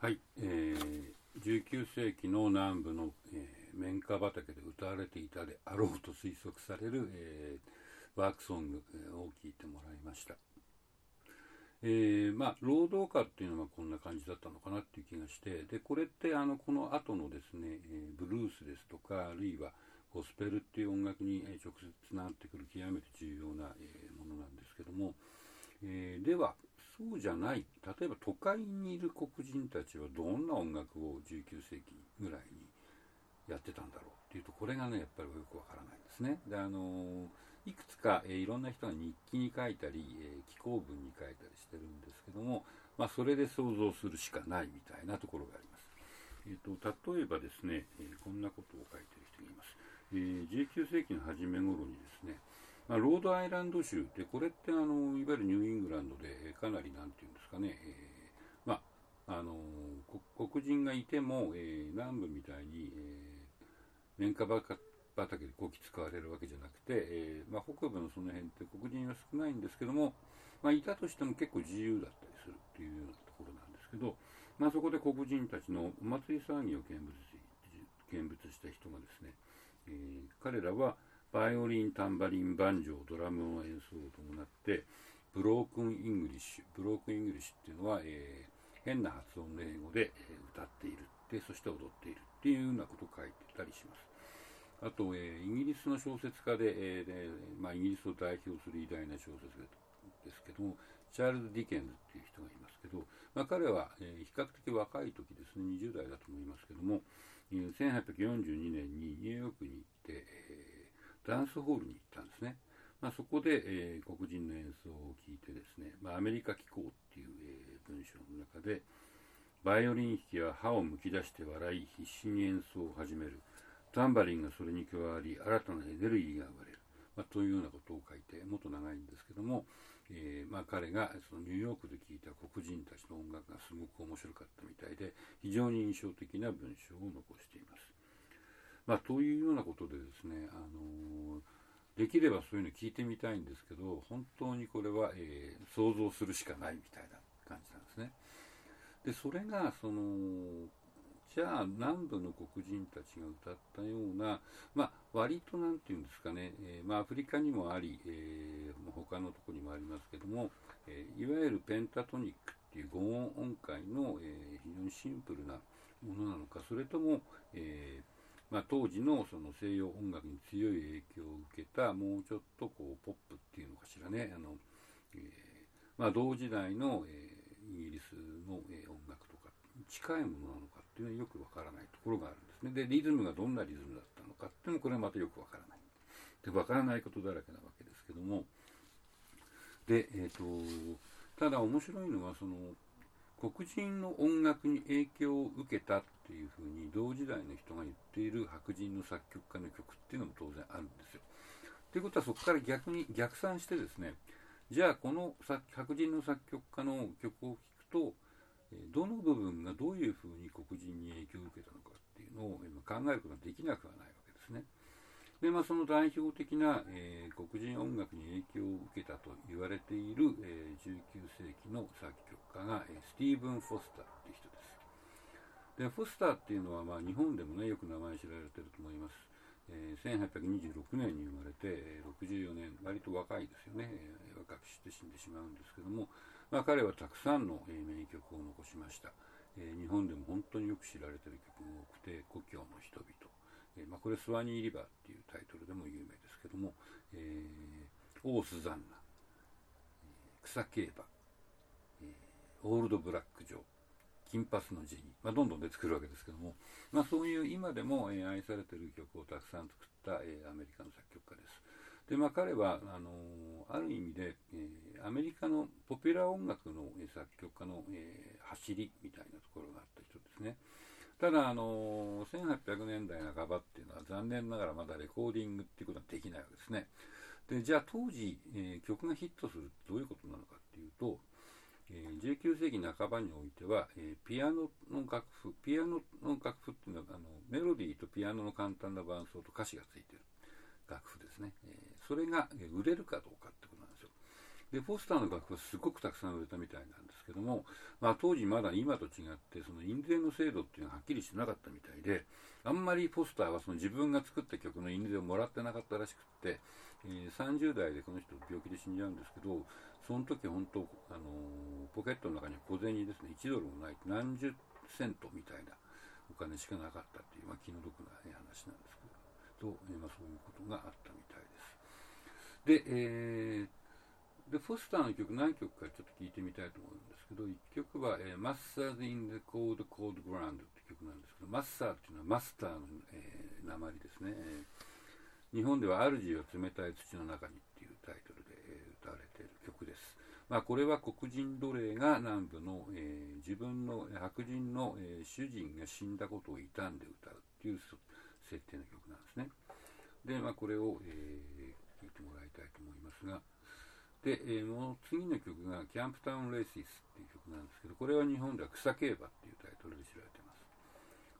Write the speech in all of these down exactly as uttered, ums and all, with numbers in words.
はい、えー、じゅうきゅう世紀の南部の、えー、綿花畑で歌われていたであろうと推測される、えー、ワークソングを聴いてもらいました。えー、まあ労働歌っていうのはこんな感じだったのかなっていう気がして、でこれってあのこの後のですね、えー、ブルースですとか、あるいはゴスペルっていう音楽に直接つながってくる極めて重要な、えー、ものなんですけども、えー、ではそうじゃない、例えば都会にいる黒人たちはどんな音楽をじゅうきゅう世紀ぐらいにやってたんだろうっていうと、これがねやっぱりよくわからないんですね。であのいくつか、えー、いろんな人が日記に書いたり、えー、寄稿文に書いたりしてるんですけども、まあ、それで想像するしかないみたいなところがあります。えー、と例えばですね、えー、こんなことを書いてる人がいます。えー、じゅうきゅう世紀の初め頃にですね、まあ、ロードアイランド州で、これってあのいわゆるニューイングランドでかなりなんていうんですかね、えー、まああの黒人がいても、えー、南部みたいに、えー、綿花畑でこき使われるわけじゃなくて、えーまあ、北部のその辺って黒人は少ないんですけども、まあ、いたとしても結構自由だったりするっていうようなところなんですけど、まあ、そこで黒人たちのお祭り騒ぎを見物し見物した人がですね、えー、彼らはバイオリン、タンバリン、バンジョー、ドラムの演奏を伴ってブロークンイングリッシュブロークンイングリッシュっていうのは、えー、変な発音の英語で、えー、歌っているで、そして踊っているっていうようなことを書いてたりします。あと、えー、イギリスの小説家で、えーでまあ、イギリスを代表する偉大な小説家ですけども、チャールズ・ディケンズっていう人がいますけど、まあ、彼は、えー、比較的若い時ですね、にじゅう代だと思いますけども、えー、せんはっぴゃくよんじゅうにねんにニューヨークに行って、えー、ダンスホールに行ったんですね。まあ、そこで、えー、黒人の演奏を聴いてですね、まあ、アメリカ機構っていう、えー、文章の中で、バイオリン弾きは歯をむき出して笑い、必死に演奏を始める。タンバリンがそれに加わり、新たなエネルギーが生まれる。まあ、というようなことを書いて、もっと長いんですけども、えーまあ、彼がそのニューヨークで聴いた黒人たちの音楽がすごく面白かったみたいで、非常に印象的な文章を残しています。まあ、というようなことでですね、あのー、できればそういうの聞いてみたいんですけど、本当にこれは、えー、想像するしかないみたいな感じなんですね。でそれがそのじゃあ南部の黒人たちが歌ったような、まあ、割となんていうんですかね、えーまあ、アフリカにもあり、えー、他のところにもありますけども、えー、いわゆるペンタトニックっていうご音音階の、えー、非常にシンプルなものなのか、それとも、えーまあ、当時のその西洋音楽に強い影響を受けたもうちょっとこうポップっていうのかしらね、あの、えーまあ、同時代の、えーイギリスの、えー、音楽とか近いものなのかっていうのはよくわからないところがあるんですね。でリズムがどんなリズムだったのかっていうのもこれはまたよくわからないで、わからないことだらけなわけですけども、で、えー、とただ面白いのはその黒人の音楽に影響を受けたっていうふうに同時代の人が言っている白人の作曲家の曲っていうのも当然あるんですよ。ということはそこから逆に逆算してですね、じゃあこの白人の作曲家の曲を聴くとどの部分がどういうふうに黒人に影響を受けたのかっていうのを考えることができなくはないわけですね。で、まあ、その代表的な、えー、黒人音楽に影響を受けたと言われている、えー、じゅうきゅう世紀の作曲家が、えー、スティーブン・フォスターっていう人です。でフォスターっていうのは、まあ、日本でもねよく名前知られてると思います。えー、せんはっぴゃくにじゅうろくねんに生まれてろくじゅうよねん、割と若いですよね、えー、若くして死んでしまうんですけども、まあ、彼はたくさんの、えー、名曲を残しました。えー、日本でも本当によく知られている曲が多くて、故郷の人々、えーまあ、これスワニーリバーっていうタイトルでも有名ですけども、えー、オースザンナ、えー、草競馬、えー、オールドブラックジョー、金髪のジェニー、まあ、どんどん出てくるわけですけども、まあ、そういう今でも、えー、愛されている曲をたくさん作った、えー、アメリカの作曲家です。で、まあ、彼はあのー、ある意味で、えー、アメリカのポピュラー音楽の、えー、作曲家の、えー、走りみたいなところがあった人ですね。ただ、あのー、せんはっぴゃくねんだい半ばっていうのは残念ながらまだレコーディングっていうことはできないわけですね。で、じゃあ当時、えー、曲がヒットするってどういうことなのかっていうと、えー、じゅうきゅう世紀半ばにおいては、えー、ピアノの楽譜、ピアノの楽譜っていうのはあのメロディーとピアノの簡単な伴奏と歌詞がついている楽譜ですね。えー、それが売れるかどうかってことなんですよ。 でポスターの楽譜はすごくたくさん売れたみたいなんですけども、まあ、当時まだ今と違ってその印税の制度っていうのははっきりしてなかったみたいで、あんまりポスターはその自分が作った曲の印税をもらってなかったらしくって、えー、さんじゅう代でこの人病気で死んじゃうんですけど、その時本当、あのー、ポケットの中に小銭ですね、いちドルもない何十セントみたいなお金しかなかったっていう、まあ、気の毒な話なんですけど、と、えーまあ、そういうことがあったみたいです。で、えーでフォスターの曲何曲かちょっと聴いてみたいと思うんですけど、いっきょくは、えー、Masters in the Cold Cold Ground って曲なんですけど、マスターっていうのはマスターの、えー、訛りですね、えー、日本では主は冷たい土の中にっていうタイトルで、えー、歌われている曲です。まあ、これは黒人奴隷が南部の、えー、自分の白人の、えー、主人が死んだことを悼んで歌うっていう設定の曲なんですね。で、まあ、これを、えー、聴いてもらいたいと思いますが、で、えー、もう次の曲がキャンプタウンレーシスっていう曲なんですけど、これは日本では草競馬っていうタイトルで知られています。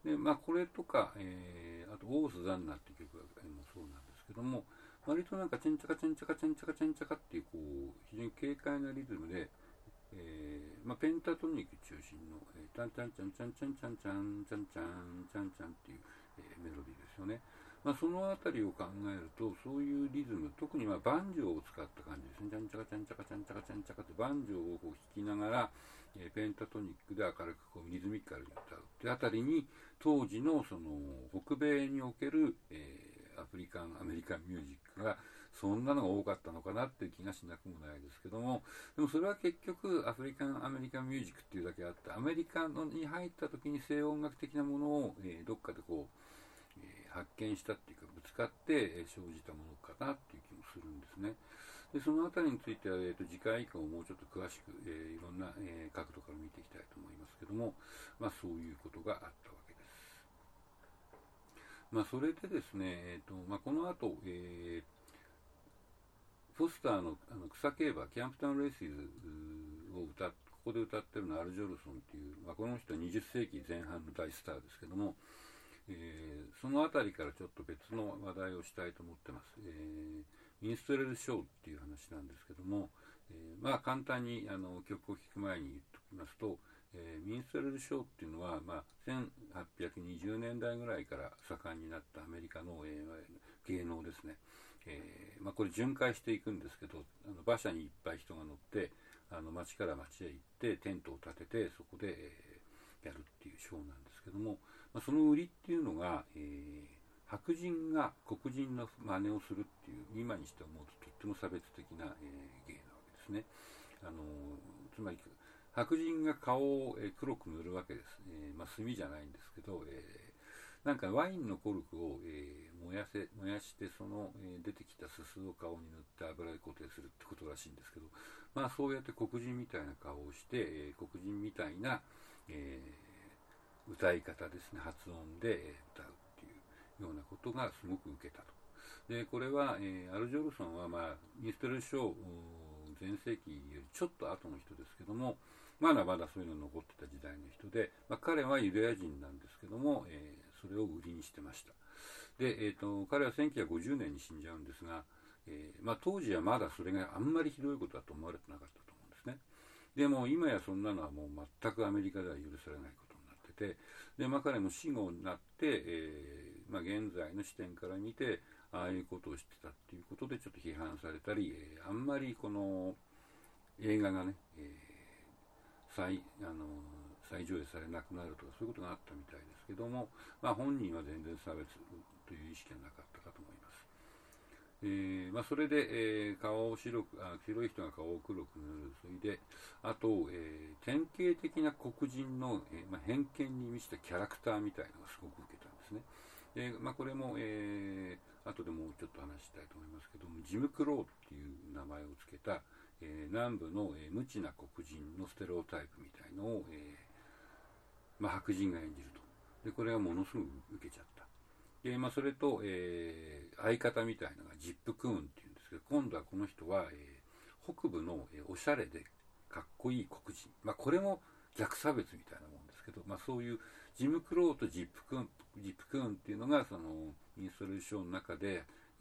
で、まあこれとか、えー、あとオースザンナっていう曲がもそうなんですけども、割となんかチェンチャカチェンチャカチェンチャカチェンチャカっていうこう非常に軽快なリズムで、えーまあ、ペンタトニック中心の、えー、チャンチャンチャンチャンチャンチャンチャンチャンチャンチャンチャンっていう、えー、メロディーですよね。まあ、そのあたりを考えると、そういうリズム、特にまあバンジョーを使った感じですね。チャンチャカチャンチャカチャンチャカチャンチャカってバンジョーをこう弾きながら、えー、ペンタトニックで明るくこうリズミカルに歌うってあたりに、当時のその北米における、えー、アフリカンアメリカンミュージックがそんなのが多かったのかなっていう気がしなくもないですけども、でもそれは結局アフリカンアメリカンミュージックっていうだけあって、アメリカに入った時に西音楽的なものを、えー、どっかでこうえー、発見したっていうかぶつかって、えー、生じたものかなっていう気もするんですね。でそのあたりについては、えー、と次回以降もうちょっと詳しく、えー、いろんな、えー、角度から見ていきたいと思いますけども、まあ、そういうことがあったわけです。まあ、それでですね、えーとまあ、この後、えー、フォスターのあの草競馬キャンプタウンレーシーズを歌っここで歌ってるのはアル・ジョルソンっていう、まあ、この人はにじゅっせいきぜん半の大スターですけども、えー、そのあたりからちょっと別の話題をしたいと思ってます。えー、ミンストレルショーっていう話なんですけども、えー、まあ簡単にあの曲を聴く前に言っておきますと、えー、ミンストレルショーっていうのは、まあ、せんはっぴゃくにじゅうねんだいぐらいから盛んになったアメリカの、えー、芸能ですね。えーまあ、これ巡回していくんですけど、あの馬車にいっぱい人が乗ってあの町から町へ行ってテントを立ててそこで、えー、やるっていうショーなんですけども、まあ、その売りっていうのが、えー、白人が黒人の真似をするっていう今にして思うととっても差別的な、えー、芸なわけですね。あのー、つまり白人が顔を、えー、黒く塗るわけです。えーまあ、炭じゃないんですけど、えーなんかワインのコルクを、えー、燃やせ燃やしてその、えー、出てきたすすを顔に塗って油で固定するってことらしいんですけど、まあそうやって黒人みたいな顔をして、えー、黒人みたいな、えー、歌い方ですね、発音で、えー、歌うっていうようなことがすごく受けたと。でこれは、えー、アル・ジョルソンは、まあ、ミンストレルショー全盛期よりちょっと後の人ですけども、まだまだそういうの残ってた時代の人で、まあ、彼はユダヤ人なんですけども、えー、それを売りにしてました。で、えーと、彼はせんきゅうひゃくごじゅうねんに死んじゃうんですが、えーまあ、当時はまだそれがあんまりひどいことだと思われてなかったと思うんですね。でも今やそんなのはもう全くアメリカでは許されないことになってて、で、まあ、彼も死後になって、えーまあ、現在の視点から見てああいうことをしてたっていうことでちょっと批判されたり、えー、あんまりこの映画がね、えー、再あの再上映されなくなるとかそういうことがあったみたいですけども、まあ、本人は全然差別という意識はなかったかと思います。えーまあ、それで、えー、顔を白くあ白い人が顔を黒く塗る、それであと、えー、典型的な黒人の、えーまあ、偏見に満ちたキャラクターみたいなのがすごく受けたんですね。でまあ、これも、えー、後でもうちょっと話したいと思いますけども、ジム・クローっていう名前を付けた、えー、南部の、えー、無知な黒人のステレオタイプみたいのを、えーまあ、白人が演じると。でこれがものすごく受けちゃった。でまあ、それと、えー、相方みたいなのがジップ・クーンっていうんですけど、今度はこの人は、えー、北部の、えー、おしゃれでかっこいい黒人、まあ、これも逆差別みたいなもんですけど、まあ、そういうジム・クローとジップ・クーンジップ・クーンっていうのがそのミンストレルショーの中で、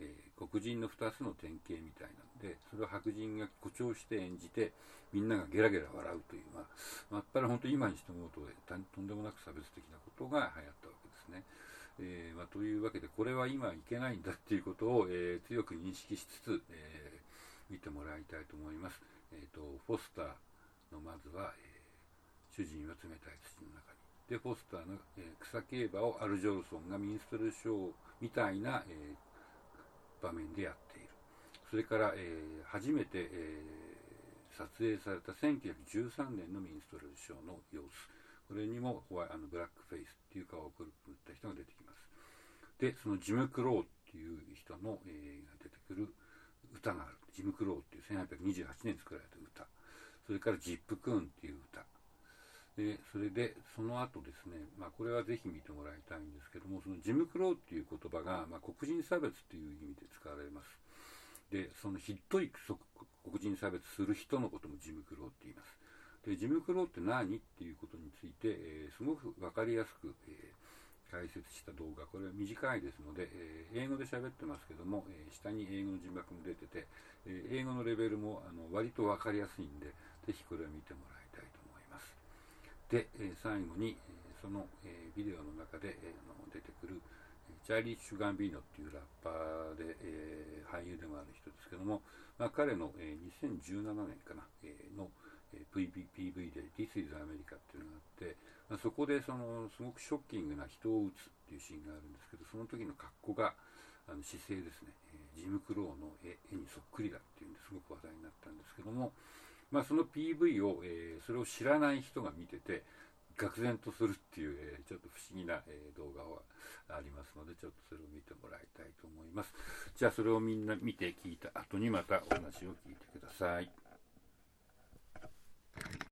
えー、黒人のふたつの典型みたいなので、それを白人が誇張して演じてみんながゲラゲラ笑うという、まあ、まっぱら本当に今にして思うととんでもなく差別的なことが流行ったわけですね。えーまあ、というわけでこれは今いけないんだっていうことを、えー、強く認識しつつ、えー、見てもらいたいと思います。えーと、フォスターのまずは、えー、主人は冷たい土の中に。で、フォスターの、えー、草競馬をアル・ジョルソンがミンストルショーみたいな、えー、場面でやっている。それから、えー、初めて、えー、撮影されたせんきゅうひゃくじゅうさんねんのミンストルショーの様子。これにもホワイあのブラックフェイスっていう顔を塗った人が出てきます。で、そのジム・クローっていう人の、えー、が出てくる歌がある。ジム・クローっていうせんはっぴゃくにじゅうはちねんに作られた歌。それからジップ・クーンっていう歌。で、それで、その後ですね、まあ、これはぜひ見てもらいたいんですけども、そのジム・クローっていう言葉が、まあ、黒人差別っていう意味で使われます。で、そのひっどい黒人差別する人のこともジム・クローって言います。で、ジム・クローって何っていうことについて、えー、すごく分かりやすく、えー、解説した動画、これは短いですので、えー、英語で喋ってますけども、えー、下に英語の字幕も出てて、えー、英語のレベルもあの割と分かりやすいんで、ぜひこれを見てもらいたいと思います。で、えー、最後に、えー、その、えー、ビデオの中で、えー、の出てくるチャーリー・シュガンビーノっていうラッパーで、えー、俳優でもある人ですけども、まあ、彼の、えー、にせんじゅうななねんかな、えー、の、えー、ピーブイ で This is America っていうのがあって、まあ、そこでそのすごくショッキングな人を撃つっていうシーンがあるんですけど、その時の格好があの姿勢ですね、えー、ジム・クローの絵絵にそっくりだっていうんですごく話題になったんですけども、まあ、その ピーブイ を、えー、それを知らない人が見てて愕然とするっていう、えー、ちょっと不思議な、えー、動画はありますので、ちょっとそれを見てもらいたいと思います。じゃあそれをみんな見て聞いた後にまたお話を聞いてください。